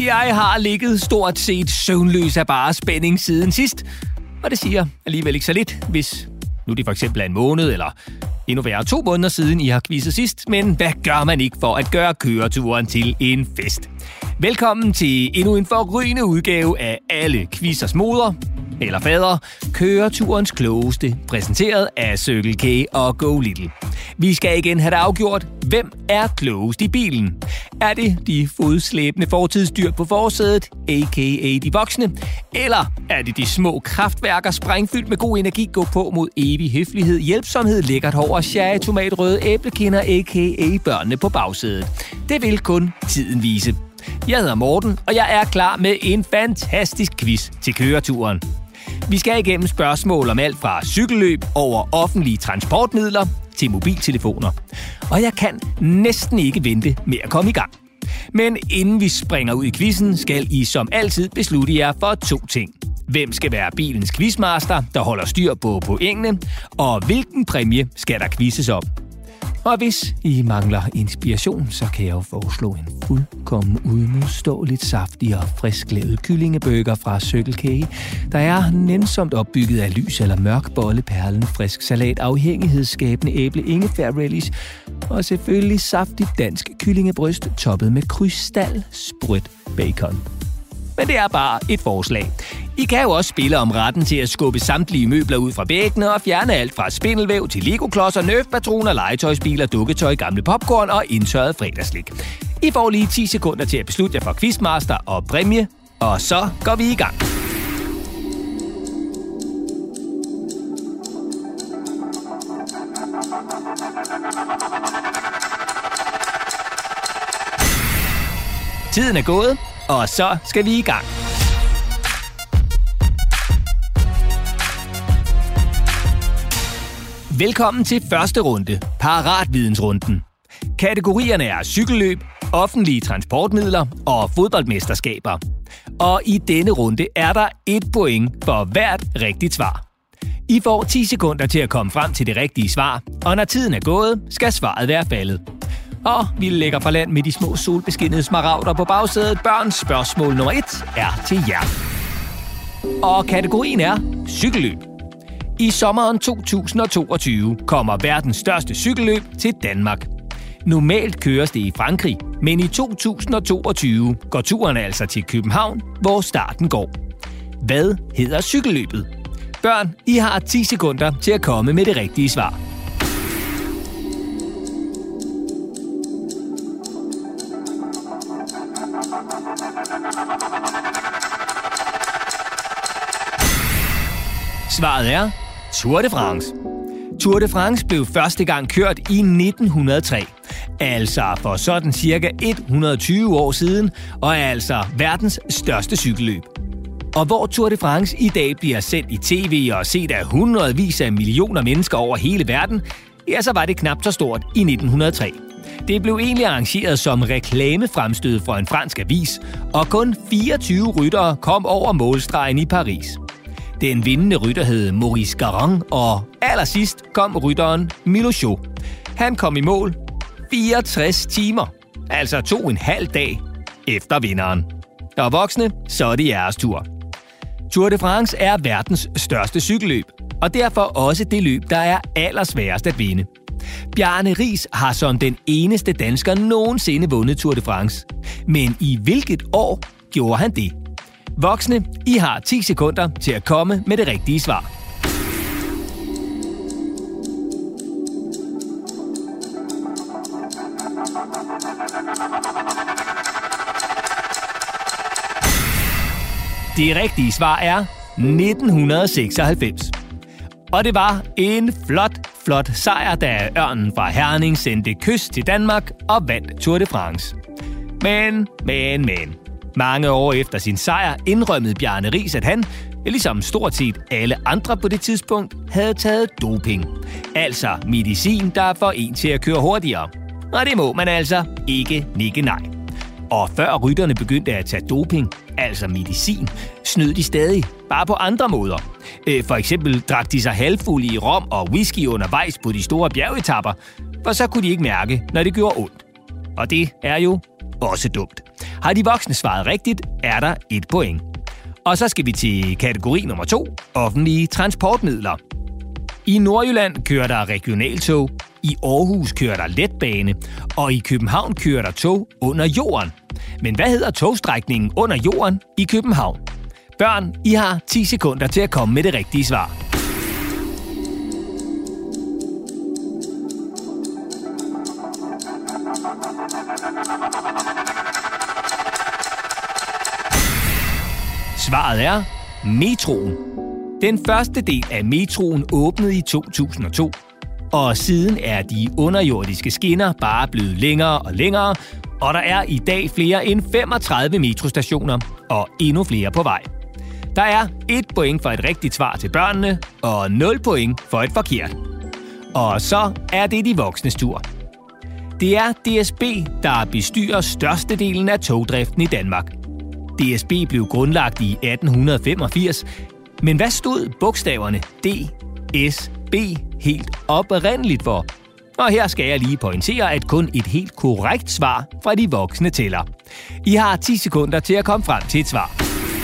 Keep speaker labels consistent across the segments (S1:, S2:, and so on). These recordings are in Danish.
S1: Jeg har ligget stort set søvnløs af bare spænding siden sidst. Og det siger alligevel ikke så lidt, hvis nu det for eksempel er en måned, eller endnu værre 2 måneder siden, I har quizzet sidst. Men hvad gør man ikke for at gøre køreturen til en fest? Velkommen til endnu en forrygende udgave af alle quizzers moder, eller fader, køreturens klogeste, præsenteret af Circle K og Go Little. Vi skal igen have det afgjort. Hvem er klogest i bilen? Er det de fodslæbende fortidsdyr på forsædet, a.k.a. de voksne? Eller er det de små kraftværker, sprængfyldt med god energi, gå på mod evig høflighed, hjælpsomhed, lækkert hår og cherry, tomat, røde æblekinder, a.k.a. børnene på bagsædet? Det vil kun tiden vise. Jeg hedder Morten, og jeg er klar med en fantastisk quiz til køreturen. Vi skal igennem spørgsmål om alt fra cykelløb over offentlige transportmidler til mobiltelefoner. Og jeg kan næsten ikke vente med at komme i gang. Men inden vi springer ud i quizzen, skal I som altid beslutte jer for 2 ting. Hvem skal være bilens quizmaster, der holder styr på pointene, og hvilken præmie skal der quizzes om? Og hvis I mangler inspiration, så kan jeg jo foreslå en fuldkommen uimodståeligt saftig og frisklavet kyllingebøger fra Circle K, der er nænsomt opbygget af lys eller mørk bolle, perlen, frisk salat, afhængighedsskabende æble, ingefær relish og selvfølgelig saftigt dansk kyllingebryst toppet med krystalsprødt bacon. Men det er bare et forslag. I kan jo også spille om retten til at skubbe samtlige møbler ud fra væggene og fjerne alt fra spindelvæv til legoklodser, nerfpatroner, legetøjsbiler, dukketøj, gamle popcorn og indtørret fredagslik. I får lige 10 sekunder til at beslutte jer for quizmaster og præmie, og så går vi i gang. Tiden er gået, og så skal vi i gang. Velkommen til første runde, Paratvidensrunden. Kategorierne er cykelløb, offentlige transportmidler og fodboldmesterskaber. Og i denne runde er der 1 point for hvert rigtigt svar. I får 10 sekunder til at komme frem til det rigtige svar, og når tiden er gået, skal svaret være faldet. Og vi lægger fra land med de små solbeskinnede smaragder på bagsædet. Børns spørgsmål nummer 1 er til jer. Og kategorien er cykelløb. I sommeren 2022 kommer verdens største cykelløb til Danmark. Normalt køres det i Frankrig, men i 2022 går turen altså til København, hvor starten går. Hvad hedder cykelløbet? Børn, I har 10 sekunder til at komme med det rigtige svar. Svaret er Tour de France. Tour de France blev første gang kørt i 1903. Altså for sådan cirka 120 år siden, og er altså verdens største cykelløb. Og hvor Tour de France i dag bliver sendt i tv og set af hundredvis af millioner mennesker over hele verden, ja, så var det knap så stort i 1903. Det blev egentlig arrangeret som reklamefremstød for en fransk avis, og kun 24 ryttere kom over målstregen i Paris. Den vindende rytter hed Maurice Garand, og allersidst kom rytteren Milochot. Han kom i mål 64 timer, altså 2,5 dag efter vinderen. Og voksne, så er det jeres tur. Tour de France er verdens største cykelløb, og derfor også det løb, der er allersværest at vinde. Bjarne Riis har som den eneste dansker nogensinde vundet Tour de France. Men i hvilket år gjorde han det? Voksne, I har 10 sekunder til at komme med det rigtige svar. Det rigtige svar er 1996. Og det var en flot sejr, da ørnen fra Herning sendte kys til Danmark og vandt Tour de France. Men. Mange år efter sin sejr indrømmede Bjarne Riis, at han, ligesom stort set alle andre på det tidspunkt, havde taget doping. Altså medicin, der får en til at køre hurtigere. Og det må man altså ikke nikke nej. Og før rytterne begyndte at tage doping, altså medicin, snød de stadig, bare på andre måder. For eksempel drak de sig halvfulde i rom og whisky undervejs på de store bjergetapper, for så kunne de ikke mærke, når det gjorde ondt. Og det er jo også dumt. Har de voksne svaret rigtigt, er der 1 point. Og så skal vi til kategori nummer 2, offentlige transportmidler. I Nordjylland kører der regionaltog, i Aarhus kører der letbane, og i København kører der tog under jorden. Men hvad hedder togstrækningen under jorden i København? Børn, I har 10 sekunder til at komme med det rigtige svar. Svaret er metroen. Den første del af metroen åbnede i 2002, og siden er de underjordiske skinner bare blevet længere og længere, og der er i dag flere end 35 metrostationer og endnu flere på vej. Der er 1 point for et rigtigt svar til børnene, og 0 point for et forkert. Og så er det de voksnes tur. Det er DSB, der bestyrer størstedelen af togdriften i Danmark. DSB blev grundlagt i 1885, men hvad stod bogstaverne DSB helt oprindeligt for? Og her skal jeg lige pointere, at kun et helt korrekt svar fra de voksne tæller. I har 10 sekunder til at komme frem til et svar.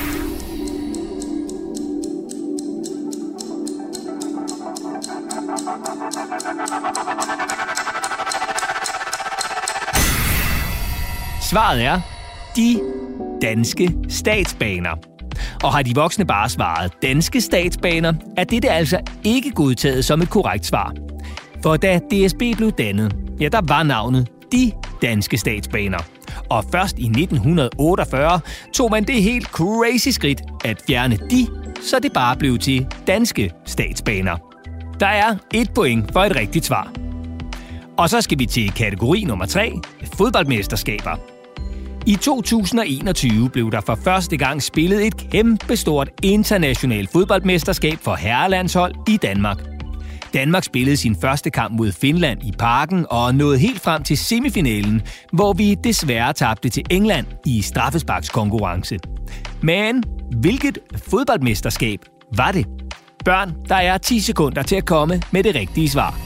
S1: Svaret er de danske statsbaner. Og har de voksne bare svaret danske statsbaner, er dette altså ikke godtaget som et korrekt svar. For da DSB blev dannet, ja, der var navnet de danske statsbaner. Og først i 1948 tog man det helt crazy skridt at fjerne de, så det bare blev til danske statsbaner. Der er 1 point for et rigtigt svar. Og så skal vi til kategori nummer 3, fodboldmesterskaber. I 2021 blev der for første gang spillet et kæmpestort internationalt fodboldmesterskab for herrelandshold i Danmark. Danmark spillede sin første kamp mod Finland i Parken og nåede helt frem til semifinalen, hvor vi desværre tabte til England i straffesparkskonkurrence. Men hvilket fodboldmesterskab var det? Børn, der er 10 sekunder til at komme med det rigtige svar.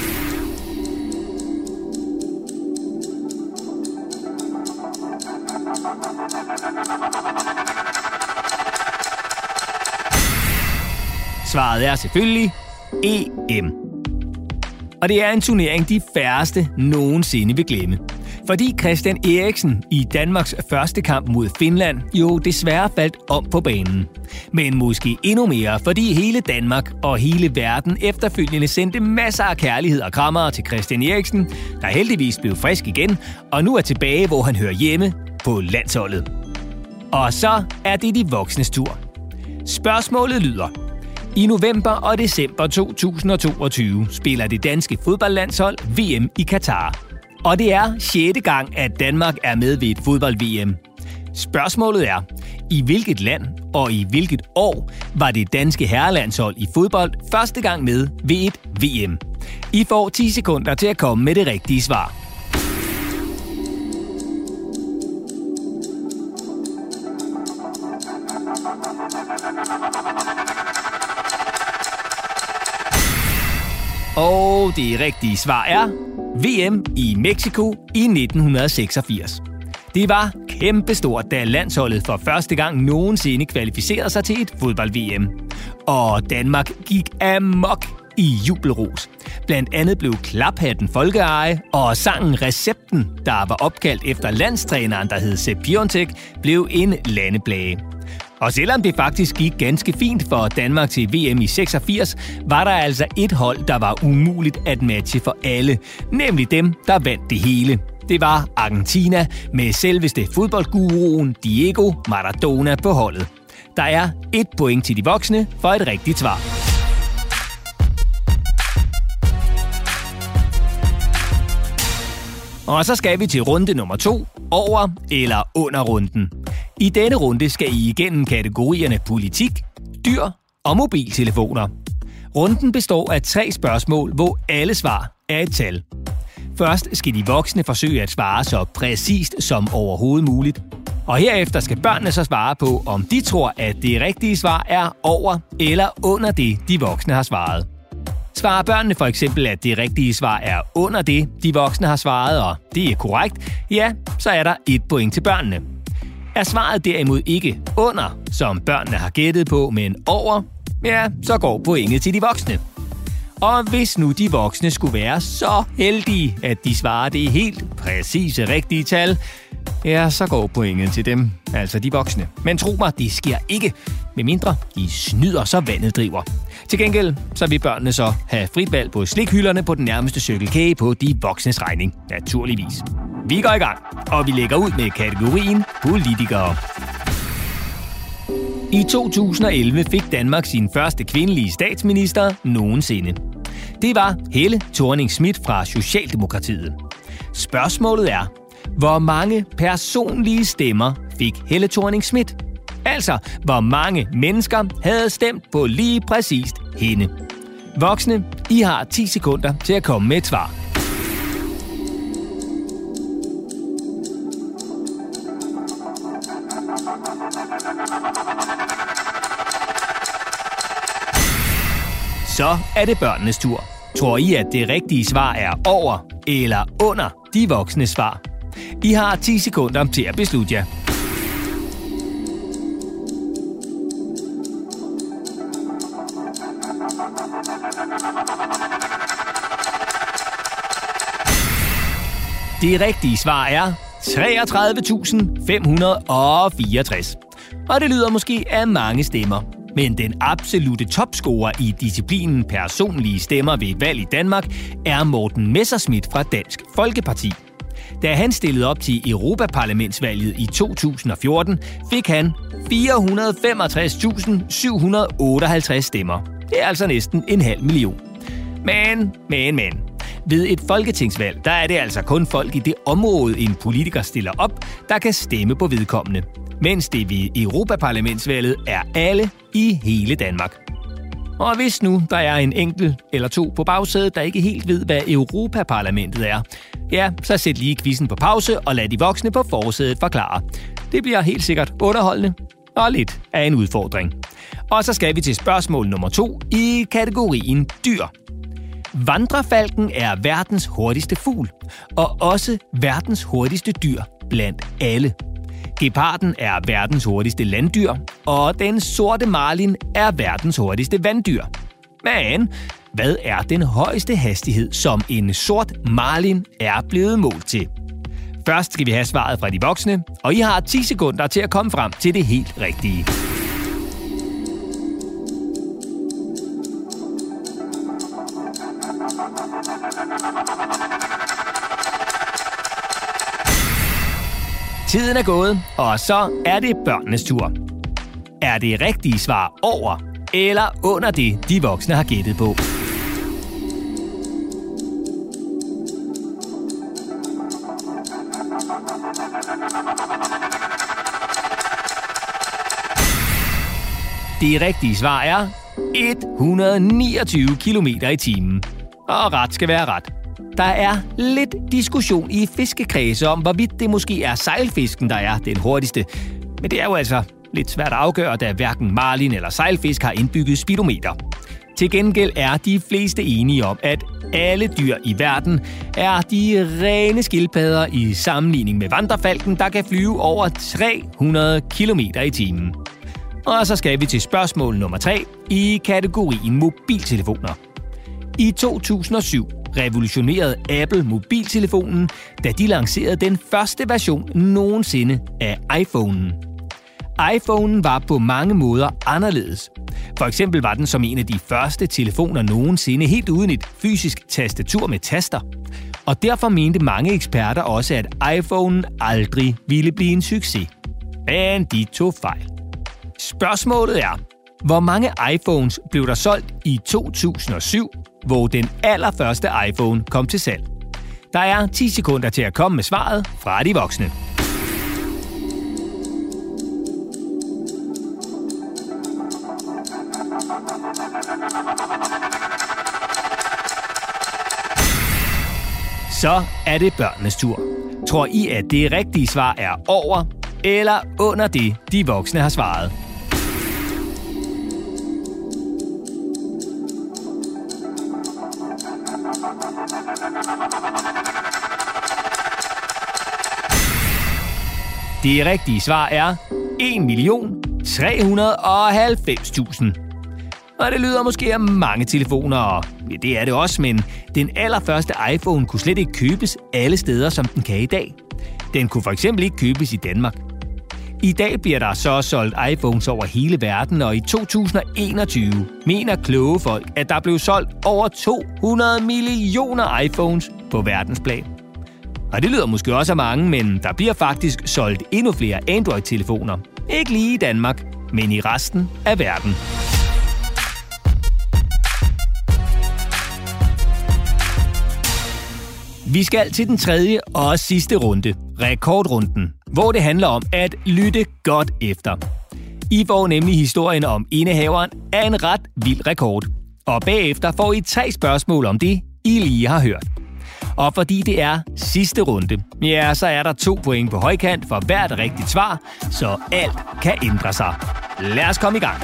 S1: Svaret er selvfølgelig EM. Og det er en turnering, de færreste nogensinde vil glemme. Fordi Christian Eriksen i Danmarks første kamp mod Finland jo desværre faldt om på banen. Men måske endnu mere, fordi hele Danmark og hele verden efterfølgende sendte masser af kærlighed og krammere til Christian Eriksen, der heldigvis blev frisk igen, og nu er tilbage, hvor han hører hjemme, på landsholdet. Og så er det de voksnes tur. Spørgsmålet lyder: i november og december 2022 spiller det danske fodboldlandshold VM i Katar. Og det er 6. gang, at Danmark er med ved et fodbold-VM. Spørgsmålet er, i hvilket land og i hvilket år var det danske herrelandshold i fodbold første gang med ved et VM? I får 10 sekunder til at komme med det rigtige svar. Og det rigtige svar er VM i Mexico i 1986. Det var kæmpestort, da landsholdet for første gang nogensinde kvalificerede sig til et fodbold-VM. Og Danmark gik amok i jubelros. Blandt andet blev klaphatten folkeeje, og sangen Recepten, der var opkaldt efter landstræneren, der hed Sepp Piontek, blev en landeplage. Og selvom det faktisk gik ganske fint for Danmark til VM i 86, var der altså et hold, der var umuligt at matche for alle, nemlig dem, der vandt det hele. Det var Argentina med selveste fodboldguruen Diego Maradona på holdet. Der er 1 point til de voksne for et rigtigt svar. Og så skal vi til runde nummer 2, over eller under runden. I denne runde skal I igennem kategorierne politik, dyr og mobiltelefoner. Runden består af 3 spørgsmål, hvor alle svar er et tal. Først skal de voksne forsøge at svare så præcist som overhovedet muligt. Og herefter skal børnene så svare på, om de tror, at det rigtige svar er over eller under det, de voksne har svaret. Svarer børnene for eksempel, at det rigtige svar er under det, de voksne har svaret, og det er korrekt, ja, så er der 1 point til børnene. Er svaret derimod ikke under, som børnene har gættet på, men over, ja, så går pointet til de voksne. Og hvis nu de voksne skulle være så heldige, at de svarer det helt præcise rigtige tal, ja, så går pointet til dem, altså de voksne. Men tro mig, det sker ikke, medmindre de snyder, så vandet driver. Til gengæld så vil børnene så have frit valg på slikhylderne på den nærmeste cykelkage på de voksnes regning, naturligvis. Vi går i gang, og vi lægger ud med kategorien politikere. I 2011 fik Danmark sin første kvindelige statsminister nogensinde. Det var Helle Thorning-Schmidt fra Socialdemokratiet. Spørgsmålet er, hvor mange personlige stemmer fik Helle Thorning-Schmidt? Altså, hvor mange mennesker havde stemt på lige præcist hende? Voksne, I har 10 sekunder til at komme med et svar. Så er det børnenes tur. Tror I, at det rigtige svar er over eller under de voksne svar? I har 10 sekunder til at beslutte jer. Det rigtige svar er 33.564. Og det lyder måske af mange stemmer. Men den absolute topscorer i disciplinen personlige stemmer ved et valg i Danmark er Morten Messerschmidt fra Dansk Folkeparti. Da han stillede op til Europaparlamentsvalget i 2014, fik han 465.758 stemmer. Det er altså næsten 500.000. Men. Ved et folketingsvalg, der er det altså kun folk i det område, en politiker stiller op, der kan stemme på vedkommende. Mens det ved Europaparlamentsvalget er alle i hele Danmark. Og hvis nu der er en enkelt eller to på bagsædet, der ikke helt ved, hvad Europaparlamentet er, ja, så sæt lige quizzen på pause og lad de voksne på forsædet forklare. Det bliver helt sikkert underholdende og lidt af en udfordring. Og så skal vi til spørgsmål nummer 2 i kategorien dyr. Vandrefalken er verdens hurtigste fugl, og også verdens hurtigste dyr blandt alle. Geparden er verdens hurtigste landdyr, og den sorte marlin er verdens hurtigste vanddyr. Men hvad er den højeste hastighed, som en sort marlin er blevet målt til? Først skal vi have svaret fra de voksne, og I har 10 sekunder til at komme frem til det helt rigtige. Tiden er gået, og så er det børnenes tur. Er det rigtige svar over eller under det, de voksne har gættet på? Det rigtige svar er 129 km/t. Og ret skal være ret. Der er lidt diskussion i fiskekredse om, hvorvidt det måske er sejlfisken, der er den hurtigste. Men det er jo altså lidt svært at afgøre, da hverken marlin eller sejlfisk har indbygget speedometer. Til gengæld er de fleste enige om, at alle dyr i verden er de rene skildpadder i sammenligning med vandrefalken, der kan flyve over 300 km/t. Og så skal vi til spørgsmål nummer 3 i kategorien mobiltelefoner. I 2007 revolutionerede Apple mobiltelefonen, da de lancerede den første version nogensinde af iPhonen. iPhonen var på mange måder anderledes. For eksempel var den som en af de første telefoner nogensinde helt uden et fysisk tastatur med taster. Og derfor mente mange eksperter også, at iPhonen aldrig ville blive en succes. Men de tog fejl. Spørgsmålet er, hvor mange iPhones blev der solgt i 2007, hvor den allerførste iPhone kom til salg? Der er 10 sekunder til at komme med svaret fra de voksne. Så er det børnenes tur. Tror I, at det rigtige svar er over eller under det, de voksne har svaret? Det rigtige svar er 1.390.000. Og det lyder måske af mange telefoner, og ja, det er det også, men den allerførste iPhone kunne slet ikke købes alle steder, som den kan i dag. Den kunne for eksempel ikke købes i Danmark. I dag bliver der så solgt iPhones over hele verden, og i 2021 mener kloge folk, at der blev solgt over 200 millioner iPhones på verdensplan. Og det lyder måske også af mange, men der bliver faktisk solgt endnu flere Android-telefoner. Ikke lige i Danmark, men i resten af verden. Vi skal til den tredje og sidste runde, rekordrunden, hvor det handler om at lytte godt efter. I får nemlig historien om indehaveren af en ret vild rekord. Og bagefter får I 3 spørgsmål om det, I lige har hørt. Og fordi det er sidste runde, ja, så er der 2 point på højkant for hvert rigtigt svar, så alt kan ændre sig. Lad os komme i gang.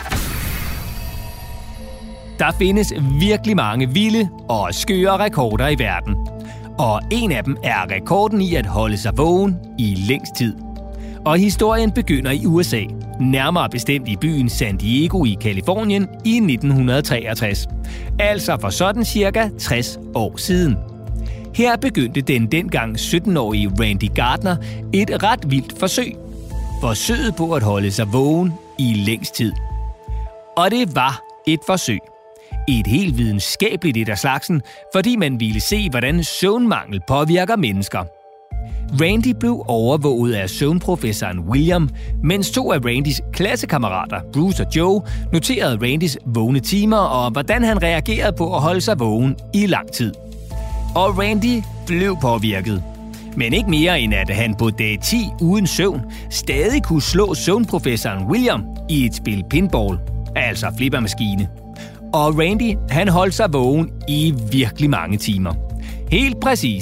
S1: Der findes virkelig mange vilde og skøre rekorder i verden. Og en af dem er rekorden i at holde sig vågen i længst tid. Og historien begynder i USA, nærmere bestemt i byen San Diego i Californien i 1963. Altså for sådan cirka 60 år siden. Her begyndte den dengang 17-årige Randy Gardner et ret vildt forsøg. Forsøget på at holde sig vågen i længst tid. Og det var et forsøg. Et helt videnskabeligt et af slagsen, fordi man ville se, hvordan søvnmangel påvirker mennesker. Randy blev overvåget af søvnprofessoren William, mens 2 af Randys klassekammerater, Bruce og Joe, noterede Randys vågne timer og hvordan han reagerede på at holde sig vågen i lang tid. Og Randy blev påvirket. Men ikke mere end at han på dag 10 uden søvn stadig kunne slå søvnprofessoren William i et spil pinball, altså flippermaskine. Og Randy, han holdt sig vågen i virkelig mange timer. Helt præcist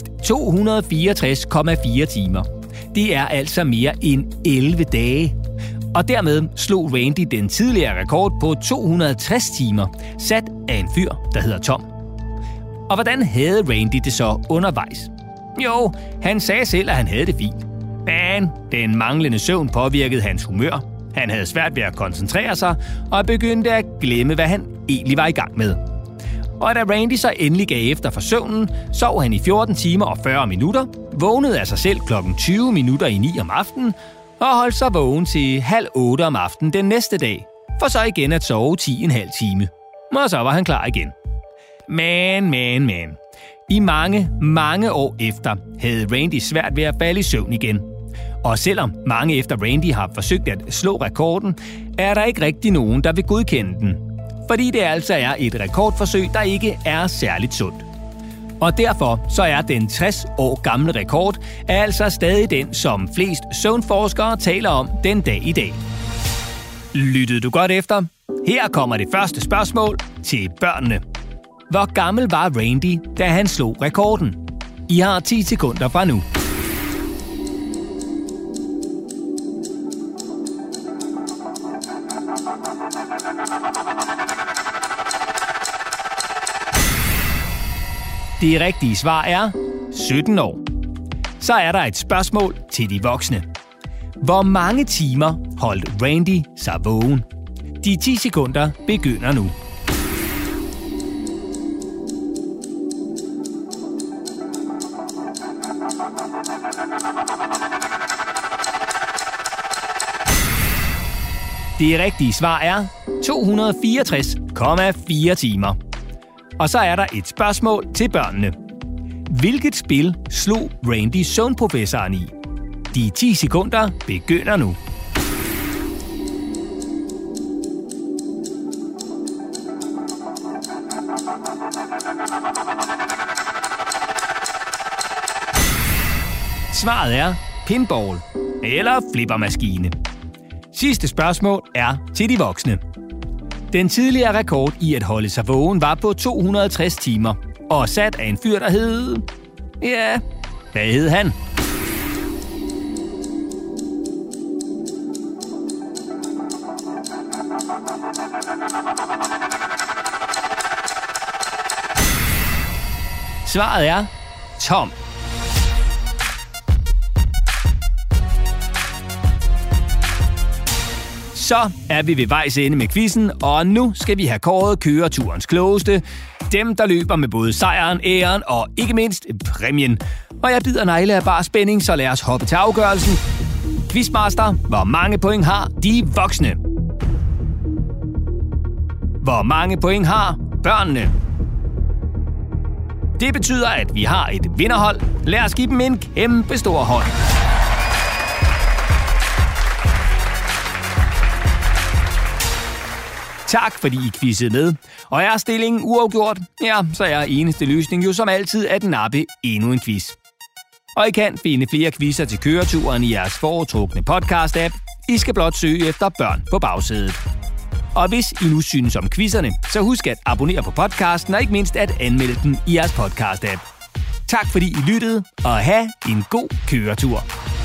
S1: 264,4 timer. Det er altså mere end 11 dage. Og dermed slog Randy den tidligere rekord på 260 timer, sat af en fyr, der hedder Tom. Og hvordan havde Randy det så undervejs? Jo, han sagde selv, at han havde det fint. Men den manglende søvn påvirkede hans humør. Han havde svært ved at koncentrere sig og begyndte at glemme, hvad han egentlig var i gang med. Og da Randy så endelig gav efter for søvnen, sov han i 14 timer og 40 minutter, vågnede af sig selv klokken 20 minutter i 9 om aftenen og holdt sig vågen til 7:30 om aftenen den næste dag, for så igen at sove 10,5 time. Og så var han klar igen. Men. I mange år efter havde Randy svært ved at falde i søvn igen. Og selvom mange efter Randy har forsøgt at slå rekorden, er der ikke rigtig nogen, der vil godkende den. Fordi det altså er et rekordforsøg, der ikke er særligt sundt. Og derfor så er den 60 år gamle rekord altså stadig den, som flest søvnforskere taler om den dag i dag. Lyttede du godt efter? Her kommer det første spørgsmål til børnene. Hvor gammel var Randy, da han slog rekorden? I har 10 sekunder fra nu. Det rigtige svar er 17 år. Så er der et spørgsmål til de voksne. Hvor mange timer holdt Randy sig vågen? De 10 sekunder begynder nu. Det rigtige svar er 264,4 timer. Og så er der et spørgsmål til børnene. Hvilket spil slog Randy søvnprofessoren i? De 10 sekunder begynder nu. Svaret er pinball eller flippermaskine. Sidste spørgsmål er til de voksne. Den tidligere rekord i at holde sig vågen var på 260 timer, og sat af en fyr, der hed... Ja, hvad hed han? Svaret er Tom. Så er vi ved vejs ende med quizzen, og nu skal vi have kåret køreturens klogeste. Dem, der løber med både sejren, æren og ikke mindst præmien. Og jeg bider negle af bare spænding, så lad os hoppe til afgørelsen. Quizmaster, hvor mange point har de voksne? Hvor mange point har børnene? Det betyder, at vi har et vinderhold. Lad os give dem en kæmpe stor hånd. Tak fordi I quizzede med. Og er stillingen uafgjort? Ja, så er eneste løsning jo som altid at nappe endnu en quiz. Og I kan finde flere quizzer til køreturen i jeres foretrukne podcast-app. I skal blot søge efter børn på bagsædet. Og hvis I nu synes om quizzerne, så husk at abonnere på podcasten og ikke mindst at anmelde den i jeres podcast-app. Tak fordi I lyttede, og have en god køretur.